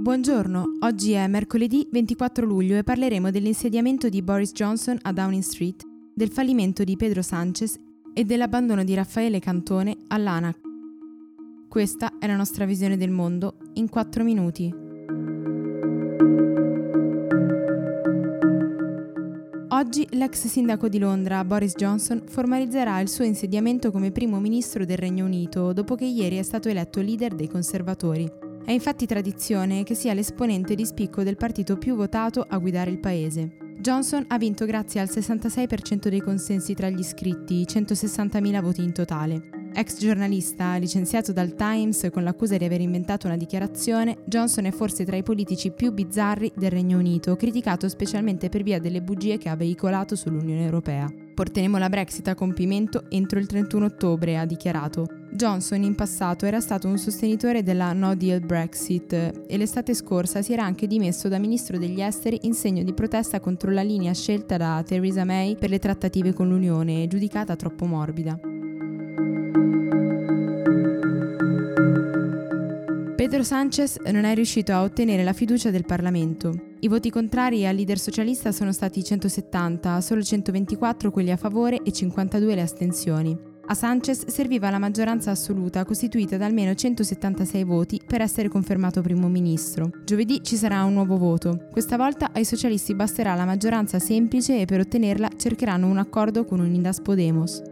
Buongiorno, oggi è mercoledì 24 luglio e parleremo dell'insediamento di Boris Johnson a Downing Street, del fallimento di Pedro Sánchez e dell'abbandono di Raffaele Cantone all'ANAC. Questa è la nostra visione del mondo in 4 minuti. Oggi l'ex sindaco di Londra, Boris Johnson, formalizzerà il suo insediamento come primo ministro del Regno Unito dopo che ieri è stato eletto leader dei conservatori. È infatti tradizione che sia l'esponente di spicco del partito più votato a guidare il paese. Johnson ha vinto grazie al 66% dei consensi tra gli iscritti, 160.000 voti in totale. Ex giornalista, licenziato dal Times con l'accusa di aver inventato una dichiarazione, Johnson è forse tra i politici più bizzarri del Regno Unito, criticato specialmente per via delle bugie che ha veicolato sull'Unione Europea. Porteremo la Brexit a compimento entro il 31 ottobre, ha dichiarato. Johnson in passato era stato un sostenitore della No Deal Brexit e l'estate scorsa si era anche dimesso da ministro degli esteri in segno di protesta contro la linea scelta da Theresa May per le trattative con l'Unione, giudicata troppo morbida. Pedro Sánchez non è riuscito a ottenere la fiducia del Parlamento. I voti contrari al leader socialista sono stati 170, solo 124 quelli a favore e 52 le astensioni. A Sánchez serviva la maggioranza assoluta costituita da almeno 176 voti per essere confermato primo ministro. Giovedì ci sarà un nuovo voto. Questa volta ai socialisti basterà la maggioranza semplice e per ottenerla cercheranno un accordo con Unidas Podemos.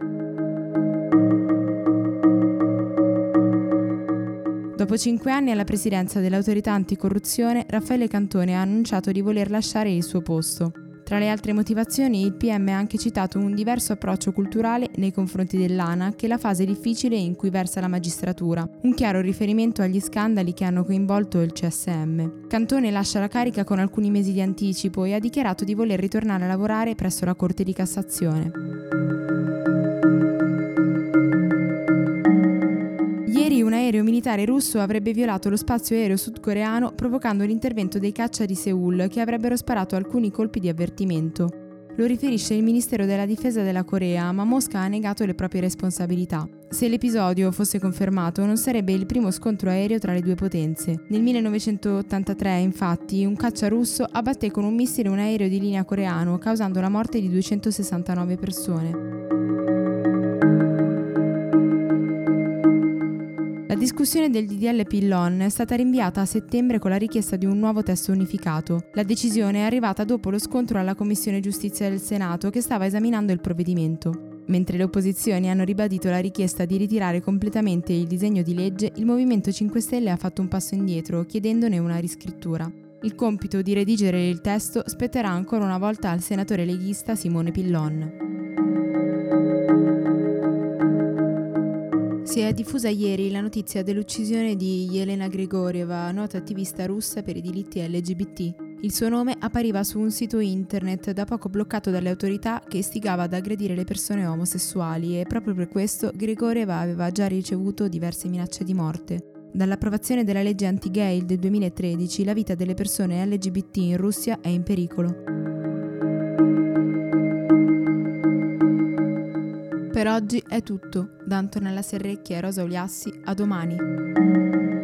Dopo 5 anni alla presidenza dell'autorità anticorruzione, Raffaele Cantone ha annunciato di voler lasciare il suo posto. Tra le altre motivazioni, il PM ha anche citato un diverso approccio culturale nei confronti dell'ANAC e la fase difficile in cui versa la magistratura, un chiaro riferimento agli scandali che hanno coinvolto il CSM. Cantone lascia la carica con alcuni mesi di anticipo e ha dichiarato di voler ritornare a lavorare presso la Corte di Cassazione. Ieri un aereo militare russo avrebbe violato lo spazio aereo sudcoreano provocando l'intervento dei caccia di Seoul che avrebbero sparato alcuni colpi di avvertimento. Lo riferisce il Ministero della Difesa della Corea, ma Mosca ha negato le proprie responsabilità. Se l'episodio fosse confermato non sarebbe il primo scontro aereo tra le due potenze. Nel 1983, infatti, un caccia russo abbatté con un missile un aereo di linea coreano, causando la morte di 269 persone. La discussione del DDL Pillon è stata rinviata a settembre con la richiesta di un nuovo testo unificato. La decisione è arrivata dopo lo scontro alla Commissione Giustizia del Senato che stava esaminando il provvedimento. Mentre le opposizioni hanno ribadito la richiesta di ritirare completamente il disegno di legge, il Movimento 5 Stelle ha fatto un passo indietro, chiedendone una riscrittura. Il compito di redigere il testo spetterà ancora una volta al senatore leghista Simone Pillon. Si è diffusa ieri la notizia dell'uccisione di Elena Grigorieva, nota attivista russa per i diritti LGBT. Il suo nome appariva su un sito internet da poco bloccato dalle autorità che istigava ad aggredire le persone omosessuali e proprio per questo Grigorieva aveva già ricevuto diverse minacce di morte. Dall'approvazione della legge anti-gay del 2013 la vita delle persone LGBT in Russia è in pericolo. Per oggi è tutto. Da Antonella Serrecchia e Rosa Uliassi, a domani.